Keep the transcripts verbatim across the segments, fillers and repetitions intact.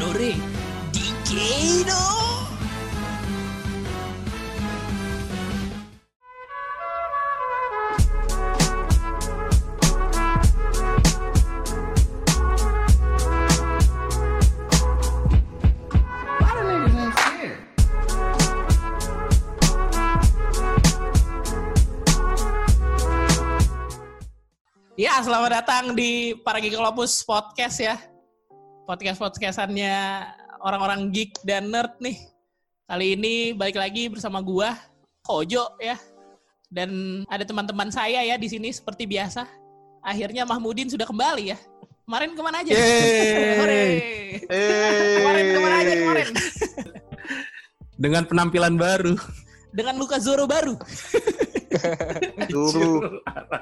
Nore Decado. Ya, selamat datang di Para Geekolopus Podcast ya. Podcast-podcastannya orang-orang geek dan nerd nih. Kali ini balik lagi bersama gua, Kojo ya. Dan ada teman-teman saya ya di sini seperti biasa. Akhirnya Mahmudin sudah kembali ya. Kemarin kemana aja? Hore. Kemarin kemana aja kemarin? Dengan penampilan baru. Dengan luka Zoro baru. Zoro.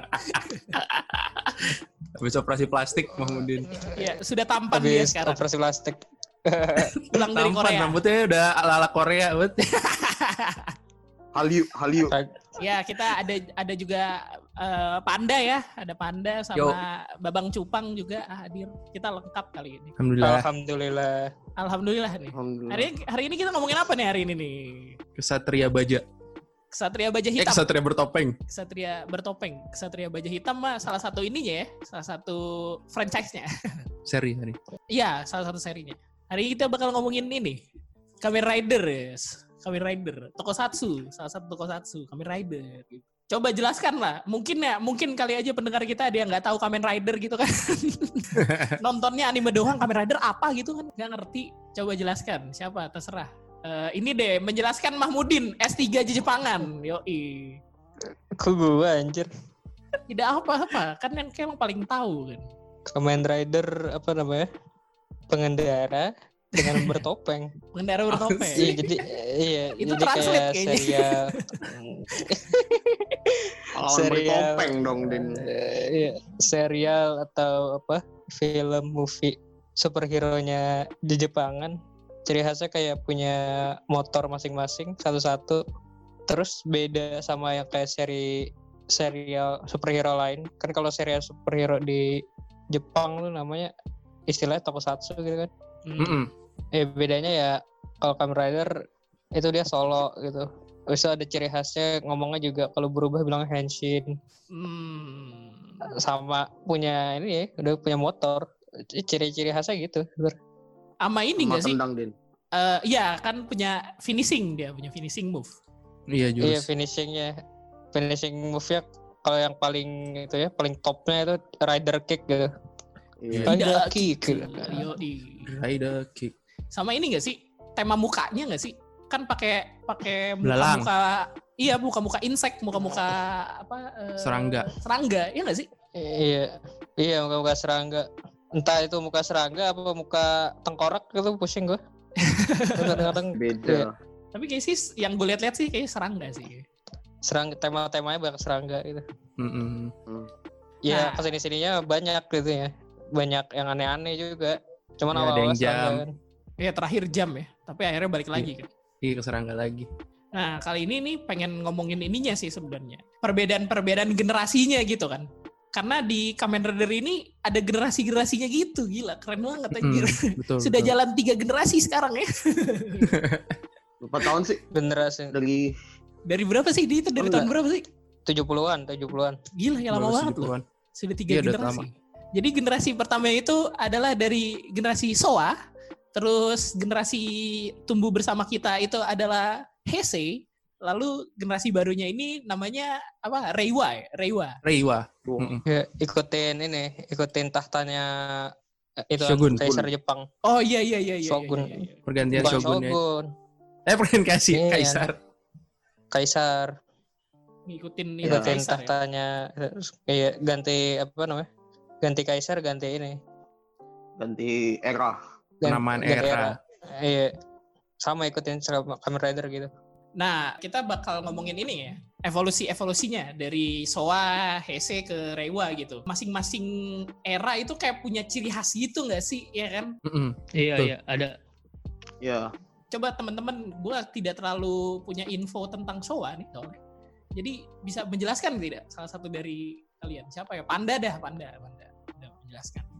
Habis operasi plastik Mahmudin. Ya, sudah tampan dia sekarang. Operasi plastik. Pulang dari Tampan, Korea. rambutnya udah ala-ala Korea, bet. Hallyu, Hallyu. Ya, kita ada ada juga uh, Panda ya, ada Panda sama Yo. Babang Cupang juga hadir. Kita lengkap kali ini. Alhamdulillah. Alhamdulillah. Alhamdulillah nih. Alhamdulillah. Hari hari ini kita ngomongin apa nih hari ini nih? Kesatria baja. Kesatria Baja Eh, Hitam. kesatria bertopeng. Kesatria bertopeng. Kesatria Baja Hitam mah salah satu ininya ya, salah satu franchise-nya. Seri hari. Iya, salah satu serinya. Hari ini kita bakal ngomongin ini. Kamen Rider, yes. Kamen Rider, Tokusatsu, salah satu Tokusatsu, Kamen Rider gitu. Coba jelaskan lah. Mungkin ya, mungkin kali aja pendengar kita ada yang nggak tahu Kamen Rider gitu kan. Nontonnya anime doang, Kamen Rider apa gitu kan. Nggak ngerti. Coba jelaskan. Siapa? Terserah. Uh, ini deh, menjelaskan Mahmudin, S tiga Jepangan. Yoi. Kok gua anjir. Tidak apa-apa, kan yang kayak paling tahu kan. Kamen Rider apa namanya? Pengendara dengan bertopeng. Pengendara bertopeng. Iya, jadi iya, Itu jadi translate kayak kayaknya. serial. Lawan serial bertopeng dong, Din. eh, iya, serial atau apa? Film movie superhero-nya di Jepangan. Ciri khasnya kayak punya motor masing-masing satu-satu. Terus beda sama yang kayak seri serial superhero lain. Kan kalau serial superhero di Jepang tuh namanya istilahnya tokusatsu gitu kan. Hmm. Eh bedanya ya kalau Kamen Rider itu dia solo gitu. Terus ada ciri khasnya ngomongnya juga kalau berubah bilang henshin. Hmm. Sama punya ini ya, udah punya motor. Ciri-ciri khasnya gitu. Sama ini Sama nggak sih? tendang, Din. Uh, iya kan punya finishing dia, punya finishing move. Iya, Iya jurus. finishingnya, finishing move-nya kalau yang paling itu ya, paling topnya itu rider kick gitu. Iya. Rider kick. Yoi. Rider kick. Sama ini nggak sih? Tema mukanya nggak sih? Kan pakai pakai Belalang. muka-muka, iya muka-muka insek, muka-muka apa? uh, Serangga. Serangga, iya nggak sih? Iya, iya muka-muka serangga. Entah itu muka serangga apa muka tengkorak gitu pusing gue. Kadang-kadang Beda. Tapi kayak sih yang gue lihat-lihat sih kayak serangga sih. serangga, tema-temanya banyak serangga gitu. Mm-mm. Ya Nah. kesini-sininya banyak gitu ya. Banyak yang aneh-aneh juga. Cuman Ya, ada awal-awal yang jam. serangga kan. Iya terakhir jam ya, tapi akhirnya balik lagi kan. Iya, ke serangga lagi. Nah kali ini nih pengen ngomongin ininya sih sebenarnya. Perbedaan-perbedaan generasinya gitu kan. Karena di Kamen Rider ini ada generasi-generasinya gitu. Gila, keren banget anjir. Mm, betul. Sudah betul. jalan tiga generasi sekarang ya. Berapa tahun sih? Generasi Dari Dari berapa sih? Dia itu dari Enggak. tahun berapa sih? tujuh puluhan, tujuh puluhan. Gila, ya lama Baru banget tujuh loh. puluhan. Sudah tiga Iya, udah generasi. Jadi generasi pertama itu adalah dari generasi Showa. Terus generasi tumbuh bersama kita itu adalah Heisei. Lalu generasi barunya ini namanya apa? Reiwa ya? Reiwa. Reiwa. oh, Mm-mm. Ya, ikutin ini, ikutin tahtanya eh, itu Shogun. Kaisar Jepang. Oh iya iya iya iya. Shogun. iya, iya. Pergantian Bukan shogun ya. Shogun, Eh, pergantian kasih Iya. kaisar. Kaisar. Ngikutin ini Iya. Ikutin Kaisar ya. tahtanya terus kayak ganti apa namanya? Ganti kaisar, ganti ini. ganti era. Gan- Penamaan ganti era. Iya. Sama ikutin sama Kamen Rider gitu. Nah, kita bakal ngomongin ini ya, evolusi-evolusinya dari Showa, Heisei ke Reiwa gitu. Masing-masing era itu kayak punya ciri khas gitu nggak sih, ya kan? Mm-mm. Iya Betul. iya ada. Ya. Coba teman-teman, gue tidak terlalu punya info tentang Showa nih soalnya. Jadi bisa menjelaskan tidak salah satu dari kalian? Siapa ya? Panda dah, Panda, Panda. Udah menjelaskan.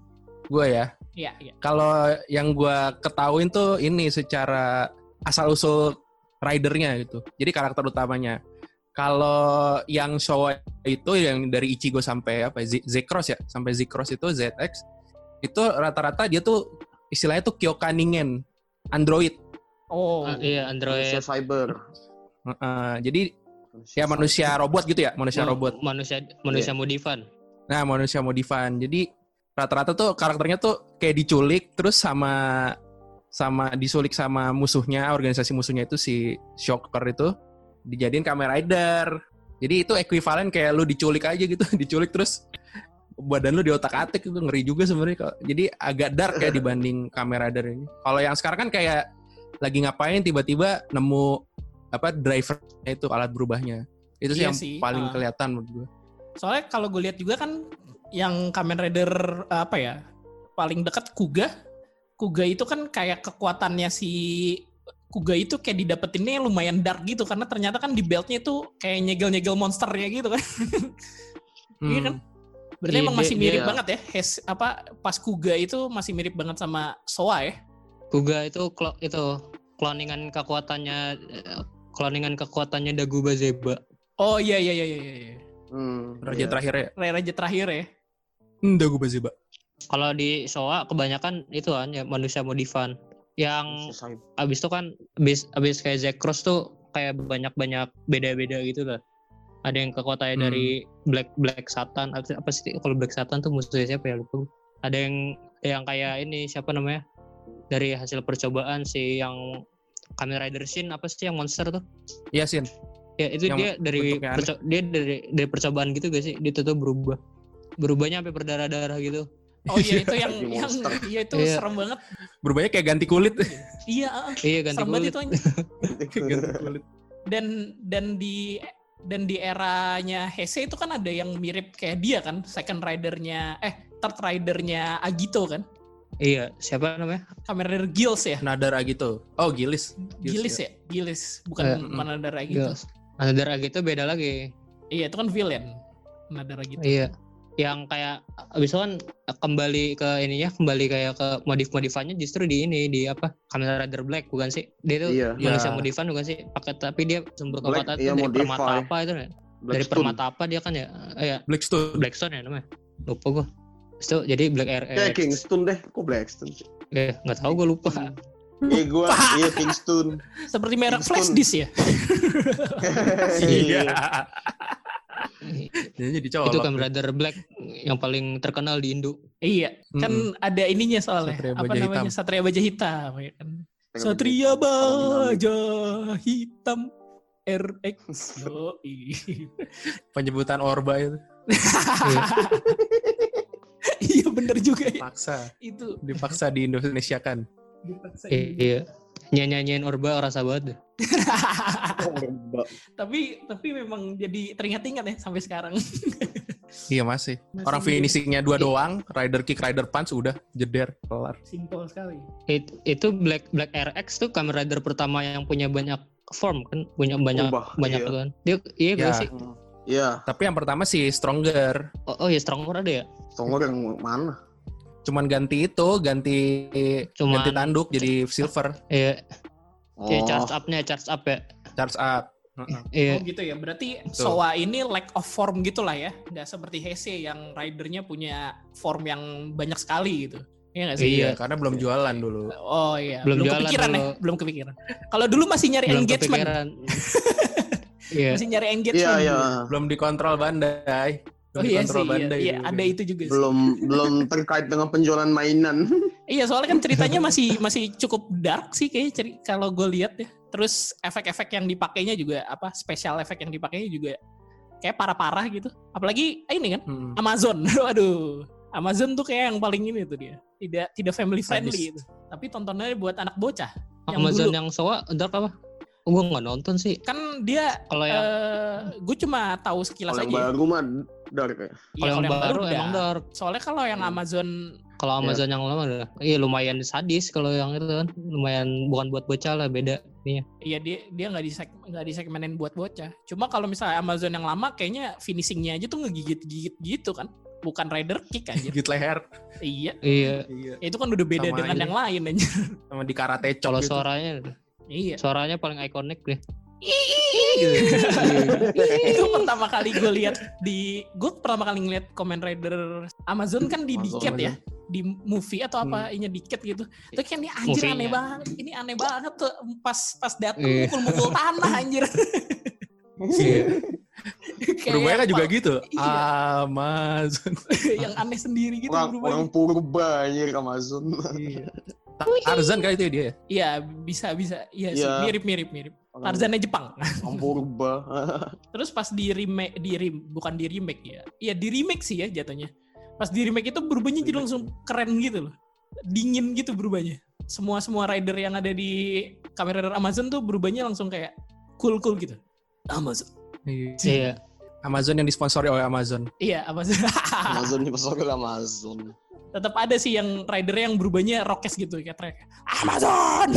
Gue ya. Iya, iya. Kalau yang gue ketahuin tuh ini secara asal-usul ridernya gitu. Jadi karakter utamanya. Kalau yang Showa itu yang dari Ichigo sampai apa Z- Z-Cross ya, sampai Z-Cross itu Z X itu rata-rata dia tuh istilahnya tuh Kyokaningen, android. Oh, Ah, iya Android. Manusia cyber. Uh, jadi ya manusia robot gitu ya, manusia Ma- robot. Manusia manusia modifan. Nah, manusia modifan. Jadi rata-rata tuh karakternya tuh kayak diculik terus sama sama disulik sama musuhnya, organisasi musuhnya itu si Shocker itu dijadiin Kamen Rider. Jadi itu ekuivalen kayak lu diculik aja gitu, diculik terus badan lu diotak-atik, itu ngeri juga sebenarnya. Jadi agak dark ya dibanding Kamen Rider ini. Kalau yang sekarang kan kayak lagi ngapain tiba-tiba nemu apa drivernya itu, alat berubahnya. Itu sih Iya yang sih, paling ah. kelihatan menurut gue. soalnya kalau gue lihat juga kan yang Kamen Rider apa ya paling dekat Kuga. Kuga itu kan kayak kekuatannya si Kuga itu kayak didapetinnya lumayan dark gitu karena ternyata kan di beltnya itu kayak nyegel-nyegel monsternya gitu kan. Hmm. Iya kan? Berarti Iya, emang masih dia- mirip dia- banget ya. Hes, apa pas Kuga itu masih mirip banget sama Showa ya. Kuga itu klo, itu cloningan kekuatannya eh, cloningan kekuatannya Daguba Zeba. Oh iya iya iya iya iya. Hmm, Raja iya. terakhir ya. Raja terakhir ya. Enggak gue Baziba. Kalau di Showa kebanyakan itu kan ya manusia modifan. Yang Manusia cyber. abis itu kan abis abis kayak Z-Cross tuh kayak banyak-banyak beda-beda gitu lah. Ada yang kekuatannya Hmm. dari Black Black Satan apa, apa sih kalau Black Satan tuh musuhnya siapa ya lupa. Ada yang yang kayak ini siapa namanya? Dari hasil percobaan si yang Kamen Rider Shin apa sih yang monster tuh? Iya, Sin. Ya itu Yang dia dari bentuknya aneh. perco- dia dari dari percobaan gitu gak sih? Dia tuh berubah. Berubahnya sampai berdarah-darah gitu. Oh iya itu yang Jadi yang monster. iya itu Iya. serem banget. Berubahnya kayak ganti kulit. Iya, ah, Iya ganti serem banget kulit. itu anjing. Kayak ganti kulit. dan dan di dan di eranya Heisei itu kan ada yang mirip kayak dia kan, second ridernya eh third ridernya Agito kan, Iya, siapa namanya? Kamen Rider Gills ya, Nadara gitu. Oh, Gilis. Gilis ya, Gilis bukan Eh, bukan Nadara Agito. Girls. Nadara gitu beda lagi. Iya itu kan villain Nadara gitu. Iya. Yang kayak abis itu kan kembali ke ininya, kembali kayak ke modif-modifannya justru di ini di apa? Kamen Rider Black bukan sih? Dia itu Iya. manusia Iya. modifan bukan sih? Pakai tapi dia sumber Black, kekuatan iya, itu dari modify. permata apa itu ya? Dari Blackstone. permata apa dia kan ya? Eh, ya Blackstone. Blackstone ya namanya. Lupa gua. Terus itu jadi Black R X. Kayak Kingston deh, kok Blackstone sih? Eh, nggak tahu gua lupa. Iya gua, iya Kingston. Seperti merek Kingston. flash disk ya. Iya. Jadi dicolok. Itu Kamen Rider Black yang paling terkenal di Indo. Iya kan ada ininya soalnya Satria apa Baja namanya Hitam. Satria Baja Hitam ya kan. Satria Baja Hitam R X. Oh, Penyebutan Orba itu. iya bener juga ya. Paksa. Itu Dipaksa di Indonesia kan. dipaksa. Iya. Nyanyi-nyanyiin Orba rasa banget. tapi tapi memang jadi teringat-ingat ya sampai sekarang. Iya masih. Masih Orang di- finishingnya dua doang, rider kick, rider punch udah jeder kelar. Simpel sekali. It- itu Black Black R X tuh Kamen Rider pertama yang punya banyak form kan, punya banyak Ubah, banyak iya. kan. Dia iya Ya. gak sih? Iya, Tapi yang pertama sih stronger. Oh, oh ya Stronger ada ya? Stronger yang mana? Cuman ganti itu, ganti Cuman- ganti tanduk jadi silver, Iya, Oh, ya charge up-nya charge up ya. charge up. Heeh. Iya. Oh gitu ya. Berarti Betul. Showa ini lack of form gitulah ya. Nggak seperti Heisei yang ridernya punya form yang banyak sekali gitu. Iya nggak sih? Iya, Iya. karena belum jualan dulu. Oh iya. Belum jualan kepikiran ya. dulu. Belum kepikiran. Kalau dulu masih nyari Belum engagement. kepikiran. Iya. Masih nyari iya engagement. iya, Belum dikontrol Bandai. Oh Belum iya sih. dikontrol Iya, Bandai iya dulu. ada itu juga sih. belum belum terkait dengan penjualan mainan. Iya soalnya kan ceritanya masih masih cukup dark sih kayaknya ceri- kalau gue lihat ya. Terus efek-efek yang dipakainya juga apa special efek yang dipakainya juga kayak parah-parah gitu. Apalagi eh, ini kan Hmm. Amazon. Waduh. Amazon tuh kayak yang paling ini tuh dia. Tidak tidak family friendly Sadis. gitu. Tapi tontonannya buat anak bocah. Yang Amazon dulu. yang Showa dark apa? Oh, gue nggak nonton sih. Kan dia Kalau yang eh gue cuma tahu sekilas Kalau yang aja. baru mah dark ya. Iya, kalau yang baru udah. emang dark. Soalnya kalau yang Hmm. Amazon Kalau Amazon yang lama udah, iya lumayan sadis kalau yang itu kan, lumayan bukan buat bocah lah beda. Iya. iya dia dia nggak di nggak disegmenin buat bocah. Cuma kalau misalnya Amazon yang lama kayaknya finishingnya aja tuh ngegigit-gigit gitu kan. bukan rider kick anjir. Gigit leher. Iya. Iya. Iya. Itu kan udah beda Sama dengan ini. yang lain anjir. Sama di karate chop Kalau gitu. suaranya, Iya. suaranya paling ikonik deh. Itu pertama kali gue lihat di gue pertama kali ngeliat Kamen Rider Amazon kan di Amazon, Diket ya, di movie atau apa Hmm. inya Diket gitu. Itu kan ini anjir Movie-nya. aneh banget. Ini aneh banget tuh pas pas dateng Iya. mukul-mukul tanah anjir. Iya. Kayak Berubahnya kan juga apa- gitu. Iya. Amazon. yang aneh sendiri gitu Orang berubahnya. orang purba anjir Amazon. Iya. Tarzan kali itu ya dia ya? Iya, bisa bisa. Iya sih, Iya. mirip-mirip mirip. Orang Tarzannya Jepang. orang purba. Terus pas di remake di rem, bukan di remake ya. Iya, di remake sih ya jatuhnya. Pas di remake itu berubahnya jadi langsung keren gitu loh. Dingin gitu berubahnya. Semua-semua rider yang ada di Kamen Rider Amazon tuh berubahnya langsung kayak cool-cool gitu. Amazon. Iya. Amazon yang disponsori oleh Amazon. Iya, Amazon. Amazon di pasar Amazon. Tetap ada sih yang rider yang berubahnya rockes gitu kayak teriak Amazon.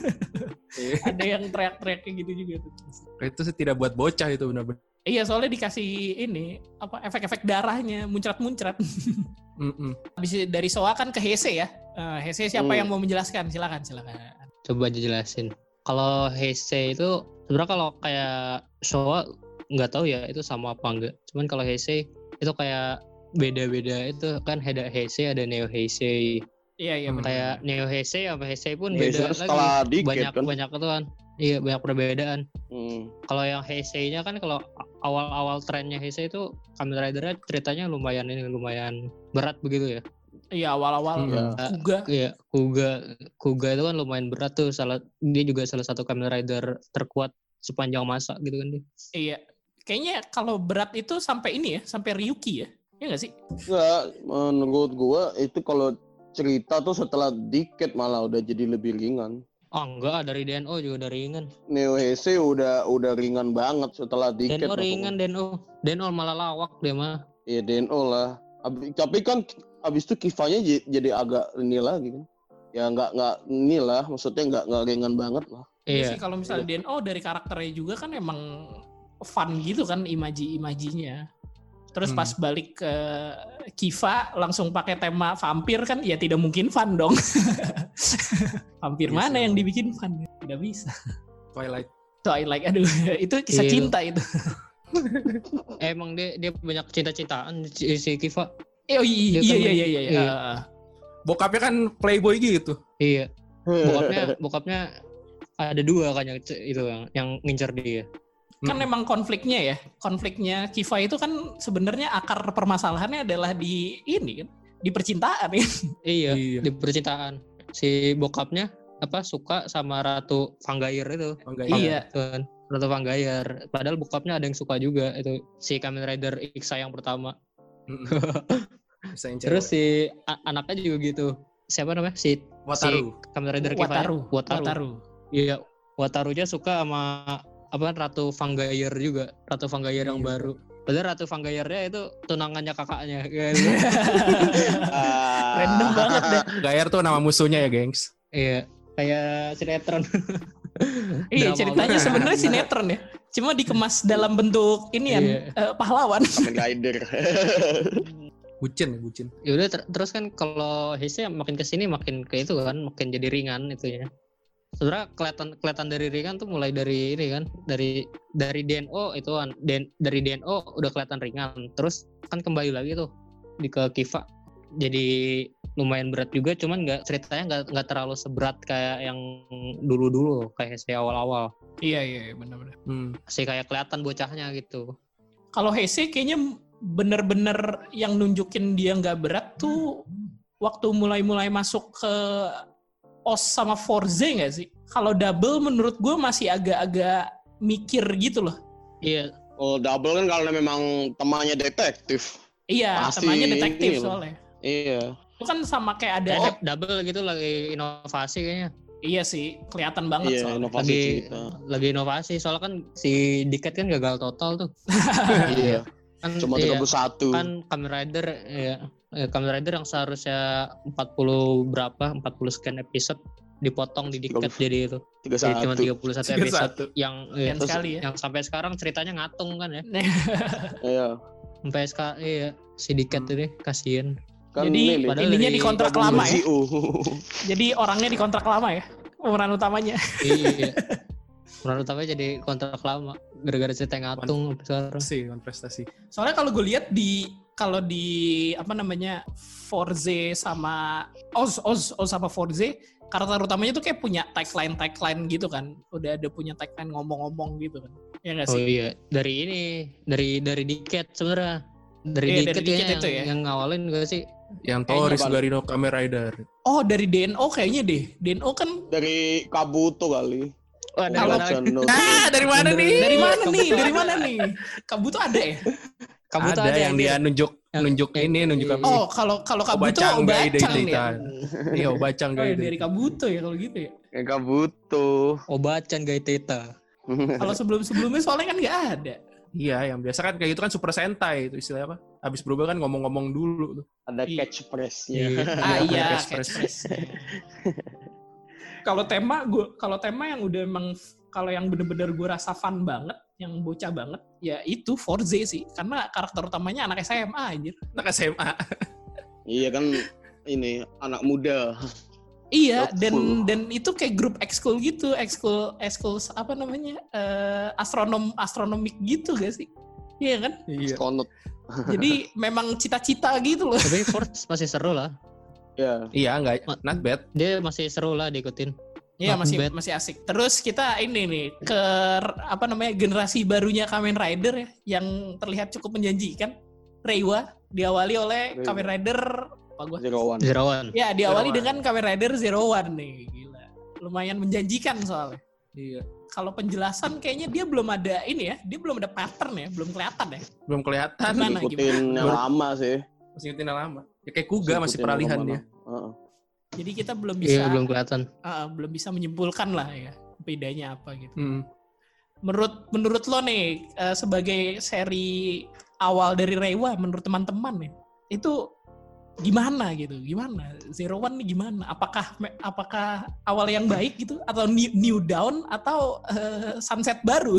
Ada yang teriak-teriak kayak gitu juga tuh. Itu sih tidak buat bocah itu benar-benar. Iya, soalnya dikasih ini apa efek-efek darahnya muncrat-muncrat. Mm-mm. Habis dari Soa kan ke Heisei ya. Uh, Heisei siapa Hmm. yang mau menjelaskan? Silakan, silakan. Coba dijelasin. Kalau Heisei itu sebenarnya kalau kayak Showa nggak tahu ya itu sama apa enggak. Cuman kalau Heisei itu kayak beda-beda itu kan ada Heisei ada Neo Heisei. Iya, iya Hmm. benar. Kayak Neo Heisei sama Heisei pun Ya, beda itu lagi. setelah dikit Banyak kan. banyak itu kan. Iya banyak perbedaan. Hmm. Kalau yang Heisei-nya kan kalau awal-awal trennya Heisei itu Kamen Rider-nya ceritanya lumayan ini lumayan berat begitu ya. Iya, awal-awal Hmm. Kuga. Iya, Kuga Kuga itu kan lumayan berat tuh. Salah dia juga salah satu Kamen Rider terkuat sepanjang masa gitu kan dia. Iya. Kayaknya kalau berat itu sampai ini ya, sampai Ryuki ya. Iya nggak sih? Enggak, menurut gua itu kalau cerita tuh setelah dikit malah udah jadi lebih ringan. Oh enggak, dari D N O juga dari ringan. Neo Heisei udah udah ringan banget setelah dikit. D N O lah ringan, D N O. D N O malah lawak dia mah. pokoknya. Iya D N O lah. Abi- Tapi kan abis itu Kifanya j- jadi agak ini lagi kan. Ya nggak nggak ini lah, maksudnya nggak nggak ringan banget lah. Iya sih, Iya. kalau misalnya D N O dari karakternya juga kan emang fun gitu kan imaji-imajinya. Terus Hmm. pas balik ke Kiva langsung pakai tema vampir kan ya tidak mungkin fun dong. Vampir Iya mana sih, yang emang. dibikin fun? Tidak bisa. Twilight. Twilight, aduh itu kisah Iya. cinta itu. Emang dia dia banyak cinta-cintaan si, si Kiva. Eh, oh iya Dia iya kan iya main- iya. iya. iya. Ah, Bokapnya kan playboy gitu. Iya. Bokapnya bokapnya ada dua kan yang itu yang yang ngincer dia. kan Mm. memang konfliknya ya, konfliknya Kiva itu kan sebenarnya akar permasalahannya adalah di ini kan, di percintaan ya. Iya, Iya. di percintaan. Si bokapnya apa suka sama Ratu Vangair itu. Enggak Iya. Kan Ratu Vangair. Padahal bokapnya ada yang suka juga itu si Kamen Rider Iksa yang pertama. Bisa yang Terus cewek. si a- anaknya juga gitu. Siapa namanya? Si Wataru. si Kamen Rider Kiva. Wataru, Wataru. Wataru. Iya, Watarunya suka sama apa Ratu Vangair juga, Ratu Vangair yang Iya. baru. Padahal Ratu Vangairnya itu tunangannya kakaknya. Kan? Ah. Random banget deh. Gayer tuh nama musuhnya ya, gengs. Iya, kayak sinetron. Iya, Drama ceritanya banget. sebenarnya sinetron ya. Cuma dikemas dalam bentuk ini ya, Iya. eh, pahlawan. Kamen Rider. Bucin ya, bucin. Ya udah ter- terus kan kalau Heisei makin kesini makin ke itu kan, makin jadi ringan itunya. Sebenarnya kelihatan kelihatan dari ringan tuh mulai dari ini kan, dari dari D N O itu kan, D- dari D N O udah kelihatan ringan. Terus kan kembali lagi tuh di ke Kiva. Jadi lumayan berat juga, cuman nggak ceritanya nggak nggak terlalu seberat kayak yang dulu-dulu kayak Heisei awal-awal. Iya iya iya, benar-benar. Hmm. Masih kayak kelihatan bocahnya gitu. Kalau Heisei kayaknya bener-bener yang nunjukin dia nggak berat tuh waktu mulai-mulai masuk ke O S sama Forze nggak sih? Kalau double menurut gue masih agak-agak mikir gitu loh. Iya, Oh double kan kalau memang temannya detektif. Iya, Pasti temannya detektif ini loh. soalnya. Iya. Itu kan sama kayak ada, oh, double gitu lagi inovasi kayaknya. iya sih, kelihatan banget Iya soalnya. inovasi lagi cerita. lagi inovasi soalnya kan si Diket kan gagal total tuh Iya. kan Cuma iya, tiga puluh satu. kan Kamen Rider ya eh, Kamen Rider yang seharusnya empat puluh berapa empat puluh sekian episode dipotong di Diket jadi itu tiga jadi cuma satu. tiga puluh satu tiga puluh episode satu. yang ya, Yang terus sekali ya. yang sampai sekarang ceritanya ngatung kan ya Iya. Sampai sekarang iya sindikat Hmm. ini kasihan. Kan Jadi ini, padahal ininya dari di kontrak gabung lama ya. Z O. Jadi orangnya di kontrak lama ya. Pemeran utamanya. Iya. Peran utamanya jadi kontrak lama gara-gara cerita ngatung sampai sekarang. Prestasi, kan prestasi. Soalnya kalau gue lihat di kalau di apa namanya Forze sama Oz Oz Oz sama Forze, karakter utamanya tuh kayak punya tagline tagline gitu kan. Udah ada punya tagline ngomong-ngomong gitu kan. Ya nggak Oh sih? iya, dari ini, dari dari Diket sebenarnya. Dari Iya, Diket dari ya, Diket yang, itu ya. yang ngawalin gak sih? Yang Kayaknya Toris apa? Garino Kamen Rider. Oh dari D N O kayaknya deh. D N O kan Dari Kabuto kali. Wah, dari Kalau- mana? Channel. Ah, dari mana Bener. nih? dari mana Kamu nih? tuh Dari ada. mana nih? Kabuto ada ya? Kamu tuh ada, yang anjir. dia nunjuk Yang- nunjuk yang- ini nunjuk apa sih? Oh kalau kalau Kabuto Obacang Gai Obacang Deita. ya. Iya, Obacang Oh Gai ya, Deita. dari Kabuto ya kalau gitu ya. Kayak Kabuto. Obacan Gaiteta. Kalau sebelum-sebelumnya soalnya kan nggak ada. Iya, yang biasa kan kayak gitu kan Super Sentai itu istilahnya apa? Habis berubah kan ngomong-ngomong dulu tuh. Ada Iya. catchphrase-nya. Iya. Ah iya, Catchphrase. catchphrase. Kalau tema gue, kalau tema yang udah emang kalau yang bener-bener gue rasa fun banget, yang bocah banget, ya itu Forze sih, karena karakter utamanya anak S M A anjir. Anak S M A. Iya kan ini anak muda. Iya, Helpful. dan dan itu kayak grup ekskul gitu, ekskul ekskul apa namanya? eh, astronom astronomik gitu gak sih? Iya kan? Iya. Konot. Jadi memang cita-cita gitu loh. Tapi Force masih seru lah. Ya. Iya, enggak not bad. Dia masih seru lah diikutin. Iya Not masih bad. masih asik. Terus kita ini nih ke apa namanya generasi barunya Kamen Rider ya, yang terlihat cukup menjanjikan. Reiwa diawali oleh Reiwa. Kamen Rider apa gua? Zero One. Zero One. Ya diawali Zero One. dengan Kamen Rider Zero One nih, gila. Lumayan menjanjikan soalnya. Iya. Kalau penjelasan kayaknya dia belum ada ini ya, dia belum ada pattern ya, belum kelihatan ya. Belum kelihatan. Gimana, Ikutin yang Baru- lama sih. Masih ngikutin yang lama. Ya kayak Kuga masih Ikutin peralihan yang dia. lama. Heeh. Jadi kita belum bisa Iya, belum kelihatan. uh, belum bisa menyimpulkan lah ya bedanya apa gitu. Hmm. Menurut menurut lo nih uh, sebagai seri awal dari Reiwa, menurut teman-teman nih itu gimana gitu? Gimana Zero One nih gimana? Apakah apakah awal yang baik gitu atau new, new down atau uh, sunset baru?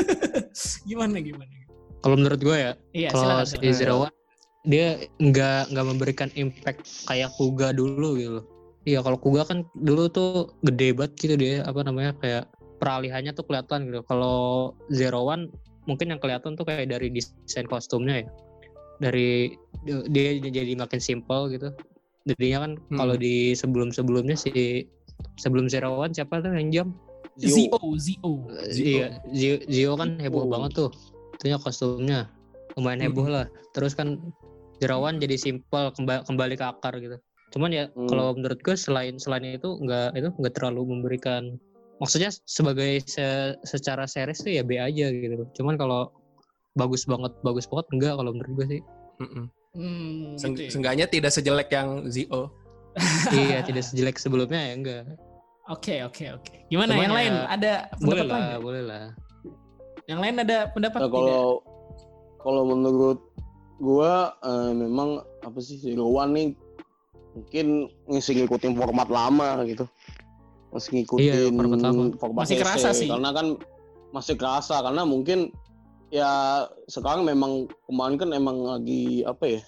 Gimana gimana? Kalau menurut gue ya, Iya kalau silakan. si silakan. Zero One dia nggak nggak memberikan impact kayak Kuga dulu gitu loh. Iya, kalau Kuga kan dulu tuh gede banget gitu dia, apa namanya, kayak peralihannya tuh kelihatan gitu. Kalau Zero One mungkin yang kelihatan tuh kayak dari desain kostumnya ya. Dari dia jadi makin simple gitu. Jadinya kan Hmm. kalau di sebelum-sebelumnya si sebelum Zero One siapa tuh yang jam? Z O Z O. Zio. Iya, Zio, Zio kan heboh Oh. banget tuh. Itunya kostumnya lumayan heboh lah. Terus kan Zero One jadi simple, kembali kembali ke akar gitu. Cuman ya Hmm. kalau menurut gue selain selain itu nggak itu nggak terlalu memberikan, maksudnya sebagai se- secara series tuh ya B aja gitu. Cuman kalau bagus banget bagus banget enggak kalau menurut gue sih. Mm-mm. Hmm, Seng- gitu ya. Seenggaknya tidak sejelek yang Z O. Iya, tidak sejelek sebelumnya ya enggak. Oke oke oke. Gimana Cuman yang ya, lain? Ada Boleh pendapat lain? lah, nggak? boleh lah. Yang lain ada pendapat Nah, tidak? kalau kalau menurut gua eh, memang apa sih Zero One nih mungkin masih ngikutin format lama gitu. Masih ngikutin Iya, format lama. format Masih Heisei. kerasa sih. Karena kan masih kerasa karena mungkin ya sekarang memang kemarin kan emang lagi apa ya?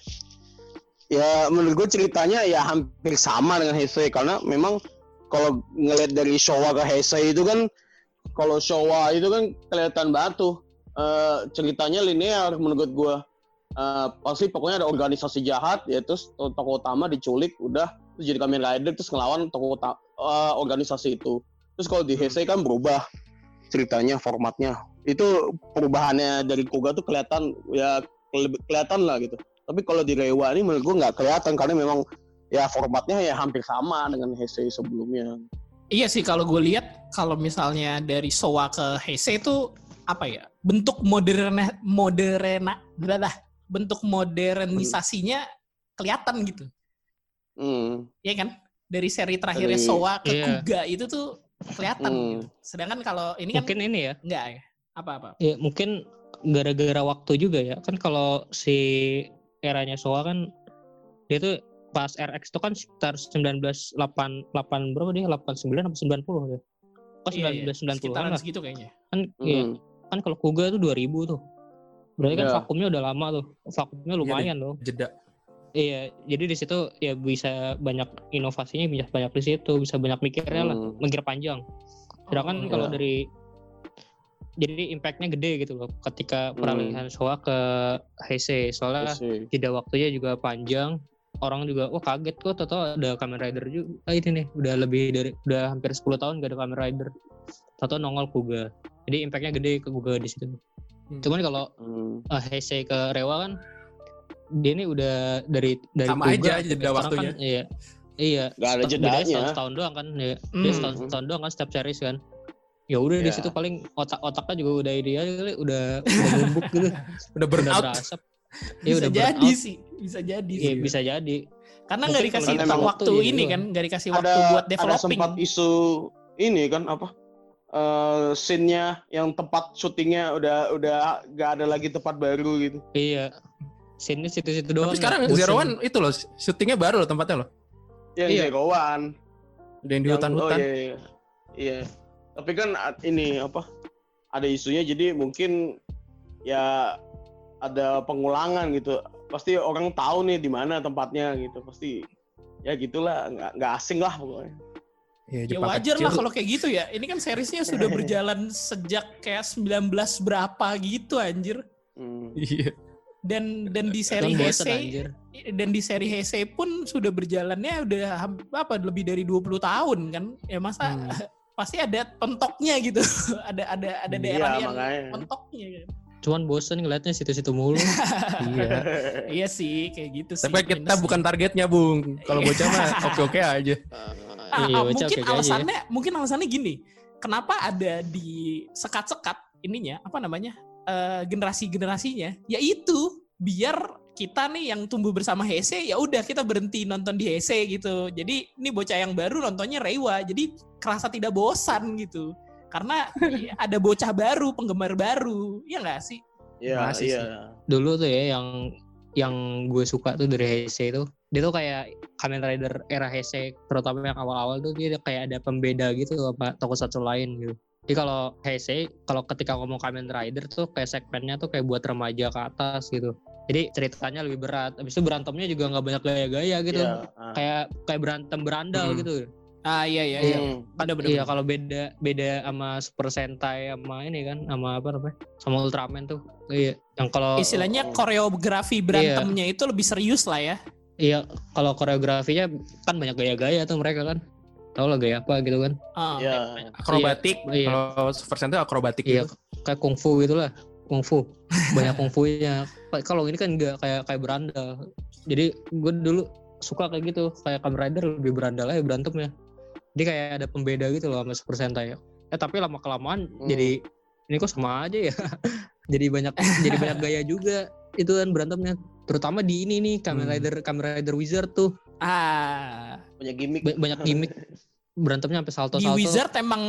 Ya menurut gue ceritanya ya hampir sama dengan Heisei karena memang kalau ngelihat dari Showa ke Heisei itu kan kalau Showa itu kan kelihatan banget tuh eh, ceritanya linear menurut gue. Eh, pasti pokoknya ada organisasi jahat ya terus tokoh utama diculik udah terus jadi Kamen Rider terus ngelawan tokoh uta- eh, organisasi itu. Terus kalau di Heisei kan berubah ceritanya formatnya. Itu perubahannya dari Kuga tuh kelihatan ya kele- kelihatan lah gitu. Tapi kalau di Reiwa ini menurut gue nggak kelihatan karena memang ya formatnya ya hampir sama dengan Heisei sebelumnya. Iya sih kalau gue lihat kalau misalnya dari Showa ke Heisei itu apa ya bentuk moderna moderna adalah bentuk modernisasinya kelihatan gitu, Hmm. ya kan? Dari seri terakhirnya Dari- Showa ke Iya. Kuga itu tuh kelihatan. Hmm. Gitu. Sedangkan kalau ini kan Mungkin ini ya. enggak ya apa-apa. Ya mungkin gara-gara waktu juga ya. Kan kalau si eranya Showa kan dia tuh pas R X itu kan sekitar sembilan belas delapan puluh delapan berapa dia? delapan puluh sembilan atau sembilan puluh dia. Oh Iya, iya. sembilan belas sembilan puluhan Sekitaran lah. segitu kayaknya. Kan iya. Hmm. Kan kalau Kuga tuh dua ribu tuh. Berarti kan Iya. vakumnya udah lama tuh. Vakumnya lumayan loh. Jeda. Iya, jadi di situ ya bisa banyak inovasinya, bisa banyak di situ, bisa banyak mikirnya lah, Hmm. mikir panjang. Sedangkan Oh, kalau iya. dari jadi impactnya gede gitu loh ketika peralihan Showa ke Heisei, soalnya Sih. jeda waktunya juga panjang. Orang juga wah kaget kok tau ada Kamen Rider juga. Ah, ini nih udah lebih dari udah hampir sepuluh tahun gak ada Kamen Rider. Tau nongol Kuga. Jadi impactnya gede ke Kuga di situ. Hmm. Cuman kalau Hmm. uh, Heisei ke Rewa kan dia ini udah dari dari Sama Kuga aja sampai jeda sekarang waktunya. Kan, iya. Iya. Gak ada Bedanya jedanya. setahun, setahun doang kan. Ya. Hmm. Dia setahun, setahun doang kan setiap series kan. Ya udah di Iya. situ paling otak-otaknya juga udah ideal kali, udah udah numpuk gitu. Udah burn Udah out. berasap. Ya bisa udah burn jadi out. sih, bisa jadi Iya, sih. bisa jadi. Karena Mungkin nggak dikasih kalau waktu, emang waktu jadi ini doang. kan, nggak dikasih Ada waktu buat ada developing. sempat isu ini kan apa? Eh scene-nya yang tempat syutingnya udah udah gak ada lagi tempat baru gitu. Iya. Sini situ-situ doang. Tapi sekarang ya. Bosen. Zero One itu loh, syutingnya baru loh tempatnya loh. Yang Iya. Zero One. Udah yang di Yang- hutan-hutan. Oh iya, iya. Iya. Tapi kan a- ini apa? Ada isunya jadi mungkin ya ada pengulangan gitu. Pasti orang tahu nih di mana tempatnya gitu. Pasti ya gitulah, nggak nggak asing lah pokoknya. Iya, Ya Jepang wajar kecil. lah kalau kayak gitu ya. Ini kan seriesnya sudah berjalan sejak kayak sembilan belas berapa gitu anjir. Hmm. Iya. Dan dan di seri Cuman bosen, Heisei anjir. dan di seri Heisei pun sudah berjalannya udah ham- apa lebih dari dua puluh tahun kan. Ya masa Hmm. pasti ada pentoknya gitu. ada ada ada Iya, daerah yang makanya. pentoknya kan. Cuman bosen ngeliatnya situ-situ mulu. Iya. Iya sih kayak gitu sih. Tapi kan kita minusnya. bukan targetnya, Bung. Kalau bocah mah oke-oke aja. Ah, Iya, ah, baca mungkin oke aja ya. alasannya mungkin alasannya gini. Kenapa ada di sekat-sekat ininya apa namanya eh, generasi-generasinya? Yaitu biar kita nih yang tumbuh bersama Heisei ya udah kita berhenti nonton di Heisei gitu. Jadi ini bocah yang baru nontonnya Reiwa. Jadi kerasa tidak bosan gitu. Karena ada bocah baru, penggemar baru. Iya nggak sih? Iya, Masih iya. sih. Dulu tuh ya yang yang gue suka tuh dari Heisei itu, dia tuh kayak Kamen Rider era Heisei, terutama yang awal-awal tuh dia kayak ada pembeda gitu sama tokusatsu lain gitu. Jadi kalau Heisei, kalau ketika ngomong Kamen Rider tuh kayak segmennya tuh kayak buat remaja ke atas gitu. Jadi ceritanya lebih berat. Habis itu berantemnya juga nggak banyak gaya-gaya gitu. Iya, ah. Kayak kayak berantem berandal Hmm. gitu. Ah iya iya iya. Hmm. Ada bener. Iya, kalau beda beda sama Super Sentai sama ini kan, sama apa namanya? Sama Ultraman tuh. Iya, yang kalau Istilahnya Oh. koreografi berantemnya itu lebih serius lah ya. iya, kalau koreografinya kan banyak gaya-gaya tuh mereka kan. Tahu lah gaya apa gitu kan. Ah. Iya. Akrobatik. Iya. Kalau Super Sentai akrobatik Iya, gitu. kayak kungfu gitulah. Kungfu. Banyak kungfunya. Kalau ini kan enggak kayak kayak berandal. Jadi gue dulu suka kayak gitu, kayak Kamen Rider lebih berandal aja berantemnya. Dia kayak ada pembeda gitu loh sama Super Sentai. Eh tapi lama kelamaan Hmm. jadi ini kok sama aja ya. jadi banyak jadi banyak gaya juga itu kan berantemnya. Terutama di ini nih Kamen Hmm. Rider Kamen Rider Wizard tuh Ah, Punya gimmick. Ba- banyak gimmick. Berantemnya sampai di salto-salto. Wizard emang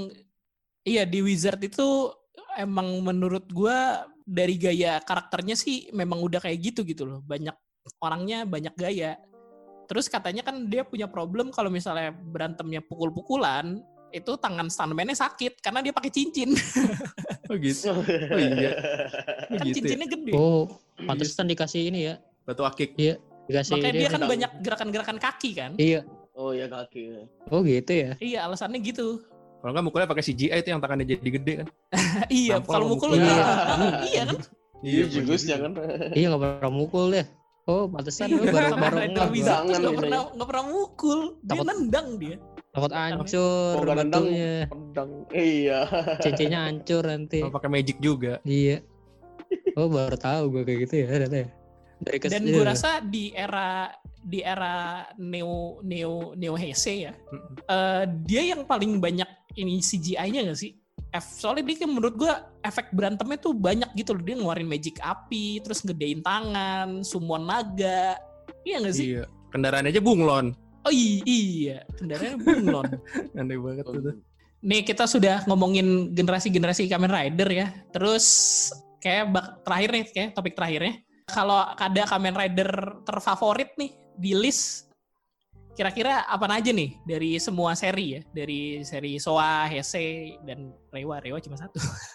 iya di Wizard itu emang menurut gua dari gaya karakternya sih memang udah kayak gitu gitu loh. Banyak orangnya banyak gaya. Terus katanya kan dia punya problem kalau misalnya berantemnya pukul-pukulan itu tangan stuntman-nya sakit karena dia pakai cincin. Oh gitu. Oh iya. Oh, Kan gitu ya. cincinnya gede. Oh, pantesan dikasih ini ya. Batu akik. Dikasih Makanya dia kan tentang- banyak gerakan-gerakan kaki kan. Iya. Oh ya kaki. Oh gitu ya. Iya, alasannya gitu. Kalau nggak mukulnya pakai C G I itu yang tangannya jadi gede kan. iya, Nampol kalau mukul mukulnya. iya kan. Iya juga sih kan. Iya nggak pernah mukul deh. Oh, pantesan lu baru Kamen baru Rider ngeh gua. Wizard tuh Jangan nggak ini. pernah nggak pernah mukul, dia Takut- nendang dia. Takut hancur Oh, nggak nendang. batunya. Pedang. Iya. Cincinnya hancur nanti. Kalau pakai magic juga. Iya. Oh, baru tahu gue kayak gitu ya ternyata ya. Dari kes- Dan iya. gue rasa di era di era neo neo neo Heisei ya, Mm-mm. eh, dia yang paling banyak ini C G I-nya nggak sih? F, soalnya dia kan menurut gue efek berantemnya tuh banyak gitu loh. Dia ngeluarin magic api, terus ngedein tangan, summon naga. Iya nggak sih? Iya. Kendaraannya aja bunglon. Oh iya, iya. Kendaraannya bunglon. Aneh banget tuh. Nih kita sudah ngomongin generasi-generasi Kamen Rider ya. Terus kayak bak- terakhir nih, kayak topik terakhirnya. Kalau ada Kamen Rider terfavorit nih di list, kira-kira apa aja nih dari semua seri ya? Dari seri Showa, Heisei, dan Reiwa. Reiwa cuma satu.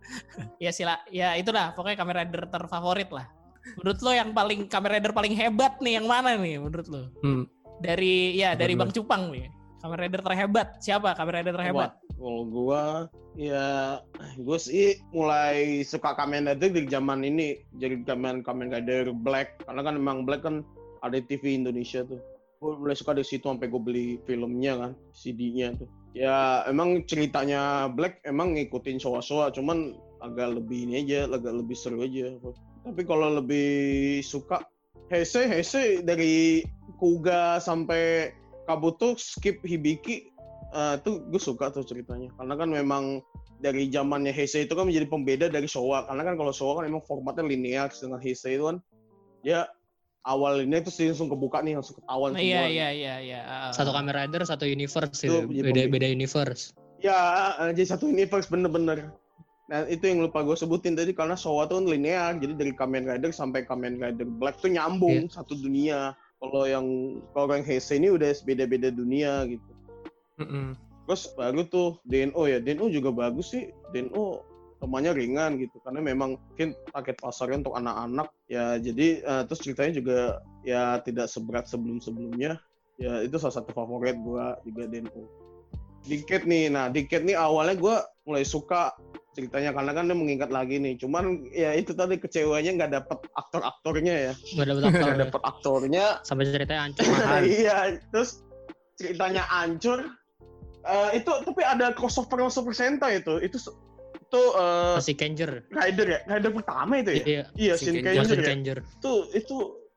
Ya sila, ya itulah pokoknya Kamen Rider terfavorit lah. Menurut lo yang paling Kamen Rider paling hebat nih yang mana nih menurut lo? Hmm. Dari ya dari Bener. Bang Cupang nih. Kamen Rider terhebat siapa? Kamen Rider terhebat? Kalau gua ya gue sih mulai suka Kamen Rider dari zaman ini, jadi Kamen Kamen Rider Black, karena kan memang Black kan ada di T V Indonesia tuh. Gue mulai suka dari situ sampai gue beli filmnya kan, C D-nya tuh. Ya emang ceritanya Black emang ngikutin Showa-Showa, cuman agak lebih ini aja, agak lebih seru aja. Tapi kalau lebih suka Heisei, Heisei dari Kuga sampai Kabuto skip Hibiki, uh, tuh gue suka tuh ceritanya. Karena kan memang dari zamannya Heisei itu kan menjadi pembeda dari Showa. Karena kan kalau Showa kan memang formatnya linear, sedangkan Heisei itu kan ya awal ini tuh langsung kebuka nih, langsung ketahuan semua. Iya iya iya iya. Satu Kamen Rider, satu universe Itu gitu. jadi Beda pembeda. beda universe. Ya, uh, jadi satu universe bener-bener. Nah itu yang lupa gue sebutin tadi, karena Showa tuh kan linear, jadi dari Kamen Rider sampai Kamen Rider Black tuh nyambung Iya. satu dunia. Kalau yang kalau yang Heisei ini udah beda-beda dunia gitu. Mm-mm. Terus baru tuh D N O ya, D N O juga bagus sih. D N O temanya ringan gitu, karena memang mungkin target pasarnya untuk anak-anak ya. Jadi uh, terus ceritanya juga ya tidak seberat sebelum-sebelumnya. Ya itu salah satu favorit gue juga D N O. Decade nih, nah Decade nih awalnya gue mulai suka ceritanya karena kan dia mengingat lagi nih. Cuman ya itu tadi kecewanya nggak dapet aktor-aktornya ya. Nggak dapet aktor. Nggak dapet aktornya. Sampai ceritanya hancur mahal. Iya, terus ceritanya hancur. Uh, itu tapi ada crossover crossover Sentai itu. Itu itu uh, Masih Kenjer. Rider ya, Rider pertama itu ya. Iya. Iya, Shin Shin Kenjer Kenjer Masih ya. Kenjer. Itu itu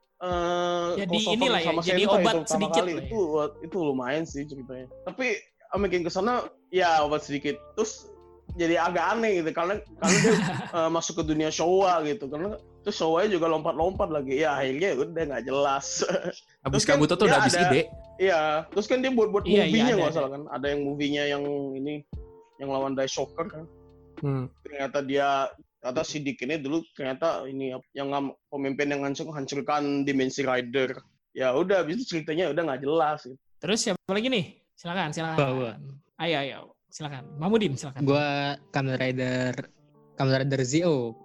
uh, Jadi crossover inilah ya, sama jadi Sentai obat itu pertama sedikit kali. lah ya. Itu itu lumayan sih ceritanya. Tapi makin kesana ya obat sedikit. Terus jadi agak aneh gitu karena karena dia uh, masuk ke dunia Showa gitu. Karena terus Showa juga lompat-lompat lagi. Ya akhirnya udah nggak jelas. Habis Terus kan Kabuto tuh dia udah habis ada- ide. Iya, terus kan dia buat-buat Iya, iya, movie-nya ada, nggak ada. salah kan. Ada yang movie-nya yang ini yang lawan Dai Shocker kan. Hmm. Ternyata dia ternyata si Dick ini dulu ternyata ini yang ngam- pemimpin yang hancur hancurkan dimensi Rider. Ya udah, habis itu ceritanya udah nggak jelas. Gitu. Terus siapa lagi nih? Silakan, silakan. Bawa. Ayo, ayo. Silakan. Mamudin, silakan. Gua Kamen Rider Kamen Rider Zio.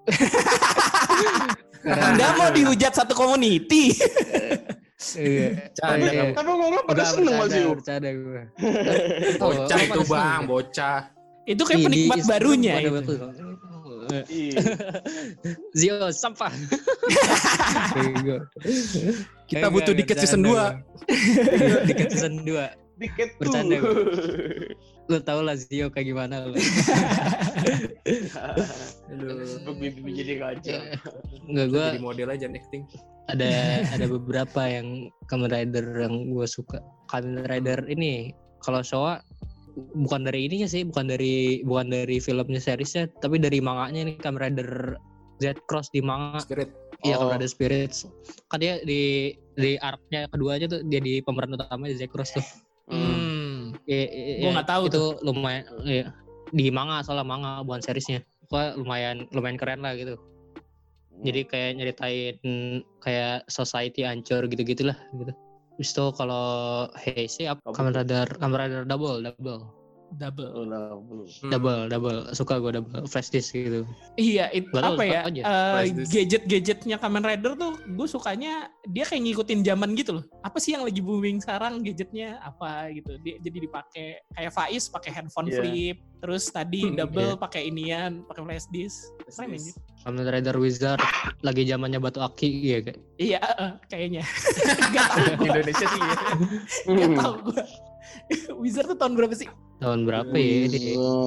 Anda mau dihujat satu community. Iya. Canda Tapi, kamu. tapi ngomong pada Udah seneng Mas bercanda, Yu. bercanda gue. Bocah itu bang, bocah. Itu kayak penikmat barunya itu. Iya. Zio sampah. Bego. Kita Enggak, butuh enggak, dikit bercanda season dua. gua. Dikit season dua. Dikit tuh. Bercanda gua. Lu tau lah Zio kayak gimana lu. Aduh, bibi jadi kacau. Enggak, gue Jadi model aja acting. ada ada beberapa yang Kamen Rider yang gue suka. Kamen Rider ini kalau Showa bukan dari ininya sih, bukan dari bukan dari filmnya seriesnya, tapi dari manganya nih, Kamen Rider Z Cross di manga. Spirit. Iya, Oh. Kamen Rider Spirits. Kan dia di di arc-nya kedua aja tuh dia di pemeran utama Z Cross tuh. Hmm. Iya, iya, Gua nggak tahu itu lumayan iya. Di manga, soalnya manga bukan seriesnya. Pokoknya lumayan lumayan keren lah gitu. Jadi kayak nyeritain kayak society hancur gitu-gitulah gitu. Terus itu kalau Heisei apa? Kamen Rider, Kamen Rider Double, Double. Double. Oh, lah, belum. Hmm. Double, double. Suka gue double. Flash disk gitu. Iya, it, Gak tahu, apa ya? suka aja. eh, Flash disk. gadget-gadgetnya Kamen Rider tuh gue sukanya dia kayak ngikutin zaman gitu loh. Apa sih yang lagi booming sekarang gadgetnya apa gitu. Dia jadi dipakai kayak Faiz pakai handphone Iya. flip, terus tadi Hmm, double iya. pakai inian, pakai flash disk. Keren anjir. Kamen Rider Wizard lagi zamannya batu aki iya kayak. Iya, eh, kayaknya. Gak tau gue. Indonesia sih ya. Gak tau gue. Wizard tuh tahun berapa sih? Tahun berapa ya? Di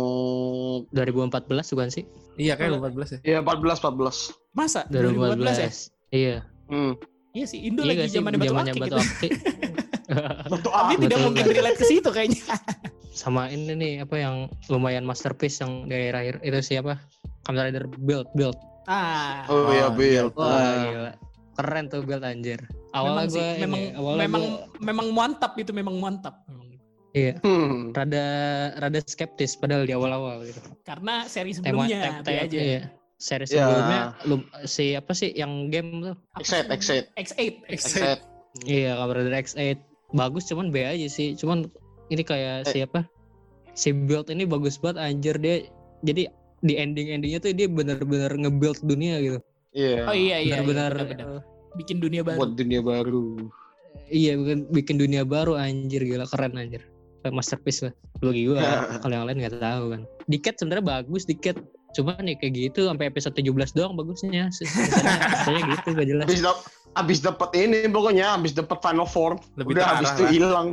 Eh, dua ribu empat belas bukan sih? Iya kayak empat belas ya. Iya, empat belas empat belas. Masa? dua ribu empat belas ya? Iya. Hmm. Iya sih, Indo Iya lagi gak sih zamannya batu zamannya aki batu gitu. aki. Betul Tapi ah. tidak betul, mungkin betul. relate ke situ kayaknya. Sama ini nih apa yang lumayan masterpiece yang dari akhir itu siapa? Kamen Rider Build Build. Ah. Oh iya, Oh, Bill. Wah Ah. gila. Keren tuh Build anjir. Awalnya memang sih, gue memang ini, awalnya memang gua- memang mantap itu memang mantap. iya, Hmm. rada rada skeptis padahal di awal-awal gitu. Karena seri Tema sebelumnya tem- be tem- aja. Iya. Seri Ya. sebelumnya lum, si apa sih yang game tuh? Apa Excite, sih? excite. X eight. Excite. Iya, Kamen Rider X eight. Bagus cuman B aja sih. Cuman ini kayak Eh. siapa? Si Build ini bagus banget anjir dia. Jadi di ending-endingnya tuh dia benar-benar nge-build dunia gitu. Iya. Oh iya iya. Benar-benar iya, benar-benar. Bikin dunia baru. Buat dunia baru. Iya, bikin bikin dunia baru anjir, gila keren anjir. Kayak masterpiece lah bagi gua. Kalau yang lain enggak tahu kan. Diket sebenarnya bagus Diket. Cuma nih kayak gitu sampai episode tujuh belas doang bagusnya. Sisanya gitu gak jelas. Abis, dap- abis dapet ini pokoknya, abis dapet Final Four. Lebih udah terarah abis itu lah. hilang.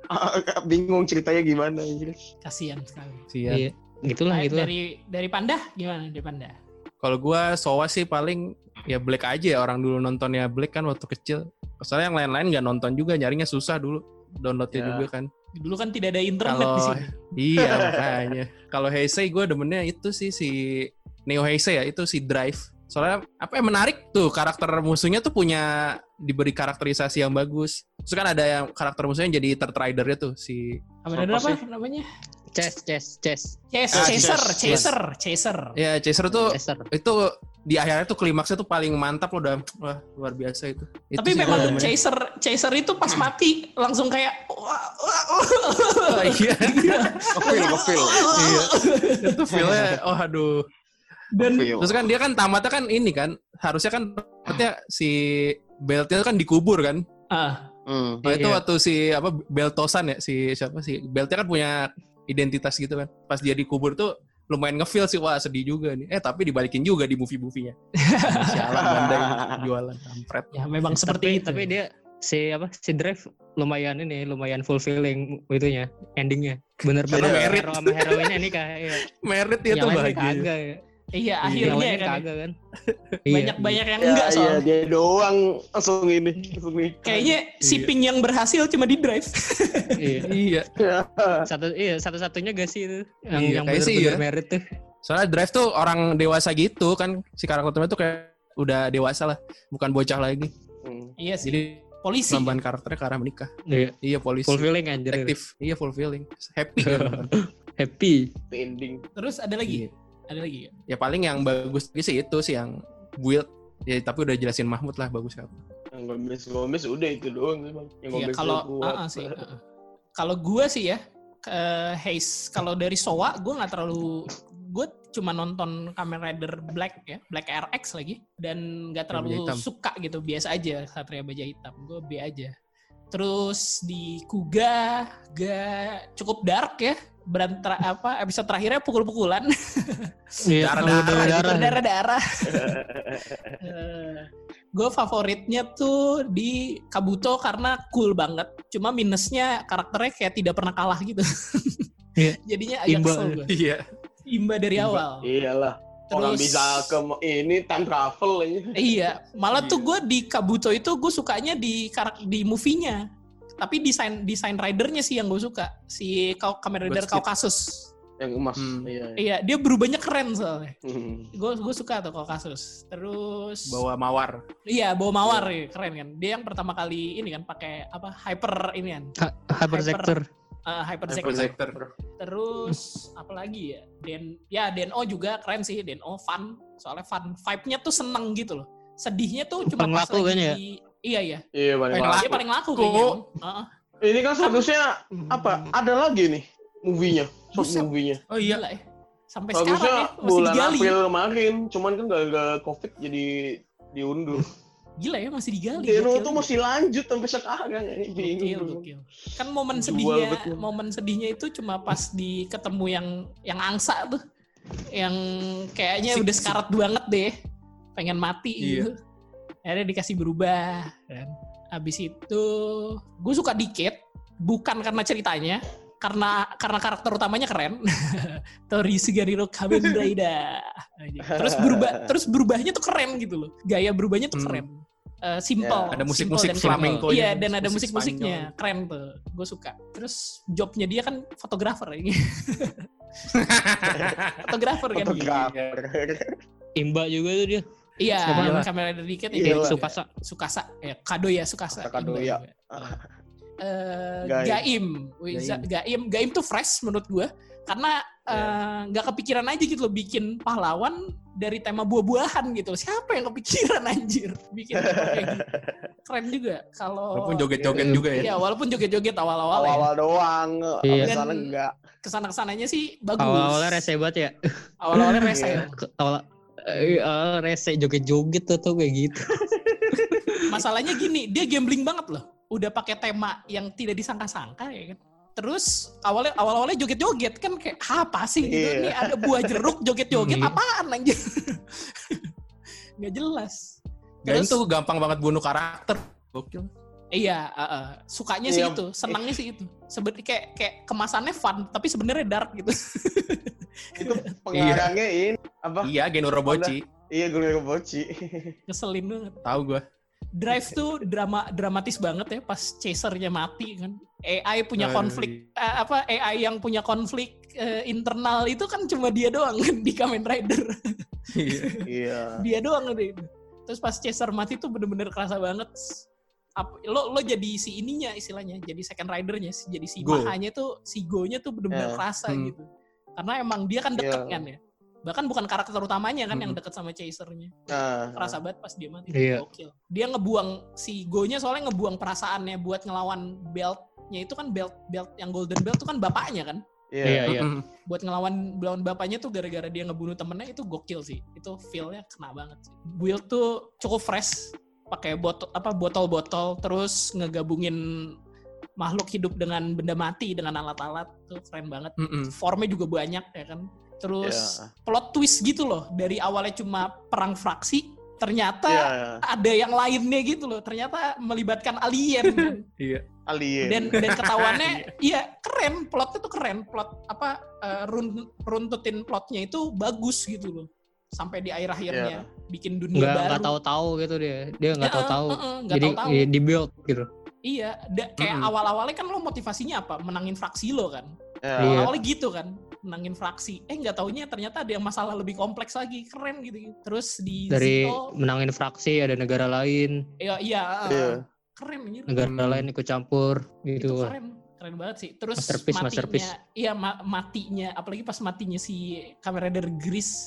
Bingung ceritanya gimana anjir. Kasihan sekali. Siap. Iya, gitulah Nah, gitulah. dari dari Panda gimana dari Panda? Kalau gua Sowa sih paling ya Black aja ya, orang dulu nontonnya Black kan waktu kecil. Soalnya yang lain-lain nggak nonton juga, nyarinya susah dulu. Downloadnya Ya. juga kan. Dulu kan tidak ada internet di Kalau sini. iya makanya. Kalau Heisei gue demennya itu sih si Neo Heisei ya, itu si Drive. Soalnya apa yang menarik tuh, karakter musuhnya tuh punya diberi karakterisasi yang bagus. Terus kan ada yang karakter musuhnya jadi third rider-nya tuh si Apa ada Apa apa sih? namanya? Chess, chess, chess. Chase, Ah, chaser, Chase. chaser, chaser. ya Chaser tuh Chaser. itu di akhirnya tuh klimaksnya tuh paling mantap loh, udah wah luar biasa itu. Itu Tapi sih memang gua demennya. chaser, chaser itu pas mati langsung kayak wah, wah, wah. Oh, iya. Kefil, kefil. Iya. Itu feel-nya oh aduh. Dan Kefil. Terus kan dia kan tamatnya kan ini kan harusnya kan tamatnya si beltnya kan dikubur kan. ah, Hmm. Nah, itu Iya. waktu si apa Beltosan ya si siapa sih beltnya kan punya identitas gitu kan. Pas dia dikubur tuh lumayan nge-feel sih, wah sedih juga nih. Eh tapi dibalikin juga di movie-movie-nya. Sialan Bandai jualan kampret. ya memang seperti tapi, itu. tapi dia si apa si Drive lumayan ini lumayan fulfilling itunya endingnya bener-bener Karena merit. hero sama heroinnya nikah ya. Merit dia Yang tuh lainnya bahagia. kagak ya. Iya, Yang akhirnya lainnya kan. kagak kan. Banyak-banyak yang Ya, enggak iya, soalnya. dia doang langsung ini, langsung nikah. Kayaknya si Pink yang berhasil cuma di drive. Iya. Iya. Satu iya satu-satunya gak sih itu yang Iya, yang kayak sih bener-bener iya. merit tuh. Soalnya Drive tuh orang dewasa gitu kan, si karakternya tuh kayak udah dewasa lah, bukan bocah lagi. Hmm. Iya sih. Jadi Polisi. penambahan karakternya ke arah menikah. Iya. Iya polisi. Fulfilling anjir. Detektif. Iya fulfilling. Happy kan. Happy. Ending. Terus ada lagi? Iya. Ada lagi ya? Ya paling yang bagus lagi sih itu sih yang build. Ya tapi udah jelasin Mahmud lah bagus apa. Yang Gomez Gomez udah itu doang sih bang. Yang Iya, Gomez kalau kuat. uh, uh, sih. uh, uh. Kalau gue sih ya, uh, Haze. Kalau dari Sowa, gue nggak terlalu. Gue cuma nonton Kamen Rider Black ya, Black R X lagi, dan nggak terlalu Baja hitam. suka gitu. Biasa aja Satria Baja Hitam. Gue B aja. Terus di Kuga, gak cukup dark ya. Berantra apa episode terakhirnya pukul-pukulan. Iya, Darah-darah, darah. Berdarah-darah. Gue favoritnya tuh di Kabuto karena cool banget. Cuma minusnya karakternya kayak tidak pernah kalah gitu. Iya. Jadinya agak Imba. kesel gue. Iya. Imba dari Imba. awal. Iyalah. Orang Terus- bisa ke ini time travel aja. Iya, malah tuh Iya. gue di Kabuto itu gue sukanya di karak di movie-nya. Tapi desain desain ridernya sih yang gue suka. Si Kau- Kamen Rider Basket. Kaukasus. Yang emas. Hmm. Iya. Iya, dia berubahnya keren soalnya. Hmm. Gue gue suka tuh Kaukasus. Terus Bawa mawar. iya, bawa mawar ya, keren kan. Dia yang pertama kali ini kan pakai apa? Hyper ini kan. Ha- Hyperzector. Uh, hyper Hyper Zector. Zector. Terus apa lagi ya? Den ya D N O juga keren sih, D N O fun. Soalnya fun, vibe-nya tuh seneng gitu loh. Sedihnya tuh cuma Paling pas laku lagi kan ya? di- Iya iya. Iya paling Paling laku. Dia paling laku Laku. kayaknya. Bang. Heeh. Ini kan seharusnya apa? Ada lagi nih movie-nya, short Buset. movie-nya. Oh iya. Gila ya. Sampai sekarang Bagusnya ya masih bulan digali. April kemarin, cuman kan gara-gara Covid jadi diundur. Gila ya masih digali. Deno Gokil. tuh masih lanjut sampai sekarang, ini Gokil, bingung. gokil. Kan momen Jual sedihnya, betul. momen sedihnya itu cuma pas di ketemu yang yang angsa tuh. Yang kayaknya Sik, udah sik. sekarat banget deh. Pengen mati Iya. gitu. Akhirnya dikasih berubah kan. Habis itu gue suka dikit, bukan karena ceritanya, karena karena karakter utamanya keren. Tori Sugariro Kamen Rider. Terus berubah, terus berubahnya tuh keren gitu loh. Gaya berubahnya tuh Hmm. keren. Eh, simple. Ada simple musik-musik dan flamenco simple. nya. Iya, dan ada Musik musik-musiknya. Keren tuh. Gue suka. Terus jobnya dia kan fotografer ini. fotografer kan. Fotografer. Imba juga tuh dia. Iya, Siapa yang namanya? kamera dikit Iya ini. lah. Sukasa. Sukasa. Ya, kado ya Sukasa. Kado Imba ya. juga. Eh, Gaim. Gaim. Wih, Za- Gaim. Gaim tuh fresh menurut gue. Karena eh, nggak kepikiran aja gitu loh bikin pahlawan dari tema buah-buahan gitu. Siapa yang kepikiran anjir bikin tema kayak gitu. Keren juga kalau Walaupun joget-joget juga ya. Iya, walaupun joget-joget awal-awal ya. Awal-awal doang, Iya. abis sana Dan- enggak. Kesana-kesananya sih bagus. Awal-awalnya rese banget ya. Awal-awalnya rese. Iya. Awal eh, awal rese joget-joget tuh tuh kayak gitu. Masalahnya gini, dia gambling banget loh. Udah pakai tema yang tidak disangka-sangka ya kan. Terus awalnya awal-awalnya joget-joget kan kayak apa sih gitu. Iya. Ini ada buah jeruk joget-joget Iya. apaan anjir. Nggak jelas. Dan Terus tuh gampang banget bunuh karakter. Gokil. iya, uh, uh, sukanya sih Iya. itu, senangnya sih itu. Sebenarnya kayak kayak kemasannya fun tapi sebenarnya dark gitu. Itu pengarangnya ini apa? Iya, Geno Robochi. Iya, gue Boci. Ngeselin banget. Tahu gue. Drive tuh drama dramatis banget ya pas chasernya mati kan. A I punya Oh, konflik eh, apa A I yang punya konflik eh, internal itu kan cuma dia doang kan di Kamen Rider. Iya. Iya. Dia doang deh. Terus pas chaser mati tuh bener-bener kerasa banget. Ap- lo lo jadi si ininya istilahnya, jadi second ridernya, jadi si Go. Mahanya tuh, si Go-nya tuh bener-bener Eh, kerasa hmm. gitu. Karena emang dia kan deket Iya. kan ya. Bahkan bukan karakter utamanya kan Hmm. yang deket sama chasernya. Nah, Kerasa banget pas dia mati. Iya. Gokil. Dia ngebuang si Go-nya soalnya ngebuang perasaannya buat ngelawan belt-nya itu kan belt belt yang golden belt itu kan bapaknya kan. Iya, iya. iya. Mm-mm. Buat ngelawan ngelawan bapaknya tuh gara-gara dia ngebunuh temennya itu gokil sih. Itu feel-nya kena banget sih. Build tuh cukup fresh, pakai botol apa botol-botol terus ngegabungin makhluk hidup dengan benda mati dengan alat-alat tuh keren banget. Mm-mm. Formnya juga banyak ya kan. Terus Iya. plot twist gitu loh. Dari awalnya cuma perang fraksi, ternyata Iya, iya. ada yang lainnya gitu loh. Ternyata melibatkan alien. Iya. Alien. dan dan ketahuannya iya keren, plotnya tuh keren. Plot apa eh, run, runtutin plotnya itu bagus gitu loh. Sampai di akhir akhirnya bikin dunia Nggak baru. nggak tahu-tahu gitu dia. Dia nggak Ya, tahu-tahu. eh, eh, nggak Jadi tahu-tahu. ya, di build gitu. Iya, da- kayak Mm-mm. awal-awalnya kan lo motivasinya apa? Menangin fraksi lo kan. Iya. Iya. Awalnya gitu kan, menangin fraksi. Eh nggak taunya ternyata ada yang masalah lebih kompleks lagi, keren gitu. Terus di Dari Zito, menangin fraksi ada negara lain, iya iya, uh, Iya. keren anjir. negara Hmm. lain ikut campur Itu gitu. keren, keren banget sih. Terus Masterpiece, matinya, masterpiece. iya ma- matinya, apalagi pas matinya si Kamen Rider Gris.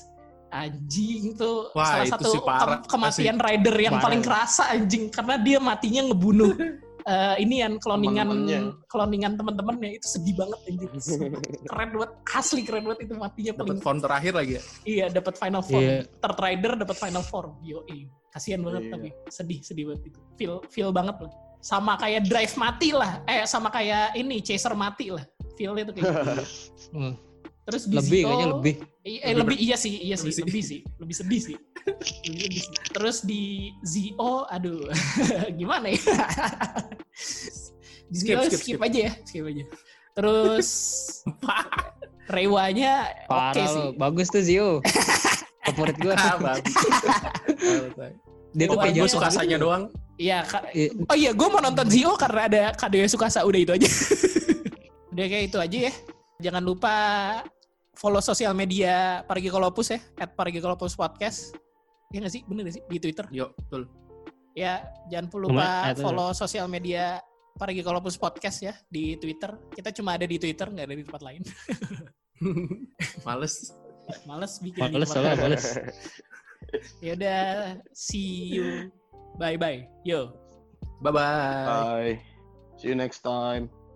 Anjing tuh Wah, salah itu satu sih parah ke- kematian rider yang Parah. paling kerasa anjing karena dia matinya ngebunuh eh ini yang cloningan Temen-temennya. cloningan temen-temennya itu sedih banget anjing. Keren banget, asli keren banget itu matinya paling. Dapat font terakhir lagi ya. Iya, dapat final form. Iya. Third rider dapat final form. Yo, kasihan banget Iya. tapi sedih sedih banget itu. Feel feel banget lah. Sama kayak drive mati lah. Eh sama kayak ini chaser mati lah. Feel-nya tuh kayak gitu. Hmm. Terus di Lebih Zito- kayaknya lebih. I- eh, lebih iya sih, iya sih, Lebih sih. lebih sih, lebih sedih sih. Lebih sedih sih. Terus di Zio, aduh, gimana ya? Di Skip, Zio skip, skip, skip. aja ya, skip aja. Terus Reiwanya oke Parah sih. lo. Bagus tuh Zio. Favorit gue. Ah, bagus. Dia tuh Pokoknya kayak Gue jatuh sukasanya gitu. doang. Iya, Kak. Iya. Oh iya, gue mau nonton Zio karena ada Kadoya Tsukasa, udah itu aja. Udah kayak itu aja ya. Jangan lupa follow sosial media Paragikolopus ya, at Paragikolopus Podcast. Iya nggak sih? Bener nggak sih? Di Twitter. Yuk, betul. Ya, jangan lupa Lumayan, itu. follow sosial media Paragikolopus Podcast ya di Twitter. Kita cuma ada di Twitter, nggak ada di tempat lain. Males. Males bikin di Males tempat soalnya lain. males. Ya udah, see you. Bye bye. Yo. Bye-bye. Bye. See you next time.